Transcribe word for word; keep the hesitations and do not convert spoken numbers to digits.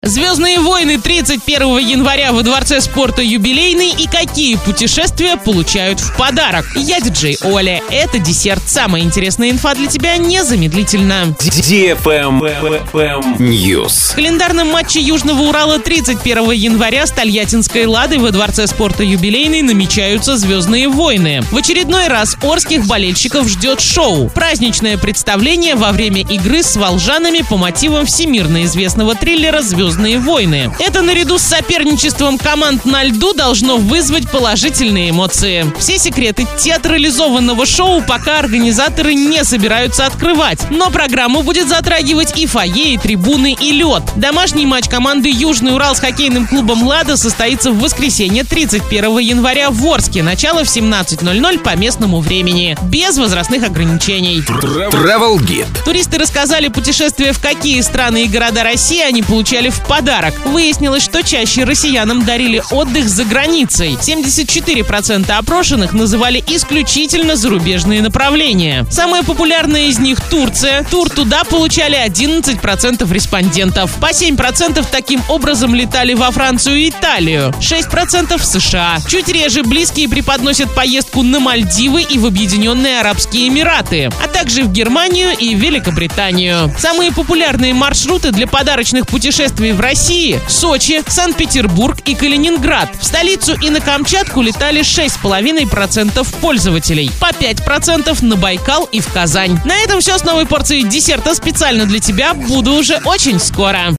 Звездные войны тридцать первого января во Дворце спорта «Юбилейный» и какие путешествия получают в подарок. Я диджей Оля. Это десерт. Самая интересная инфа для тебя незамедлительно. News. В календарном матче Южного Урала тридцать первого января с Тольяттинской «Ладой» во Дворце спорта «Юбилейный» намечаются «Звездные войны». В очередной раз орских болельщиков ждет шоу. Праздничное представление во время игры с волжанами по мотивам всемирно известного триллера «Звездные войны». Это наряду с соперничеством команд на льду должно вызвать положительные эмоции. Все секреты театрализованного шоу пока организаторы не собираются открывать, но программу будет затрагивать и фойе, и трибуны, и лед. Домашний матч команды «Южный Урал» с хоккейным клубом «Лада» состоится в воскресенье тридцать первого января в Орске. Начало в семнадцать ноль ноль по местному времени. Без возрастных ограничений. Travel Guide. Туристы рассказали путешествия в какие страны и города России они получали в подарок. Выяснилось, что чаще россиянам дарили отдых за границей. семьдесят четыре процента опрошенных называли исключительно зарубежные направления. Самое популярное из них — Турция. Тур туда получали одиннадцать процентов респондентов. По семь процентов таким образом летали во Францию и Италию. шесть процентов в США. Чуть реже близкие преподносят поездку на Мальдивы и в Объединенные Арабские Эмираты, а также в Германию и Великобританию. Самые популярные маршруты для подарочных путешествий в России — Сочи, Санкт-Петербург и Калининград. В столицу и на Камчатку летали шесть целых пять десятых процента пользователей, по пять процентов на Байкал и в Казань. На этом все с новой порцией десерта специально для тебя. Буду уже очень скоро.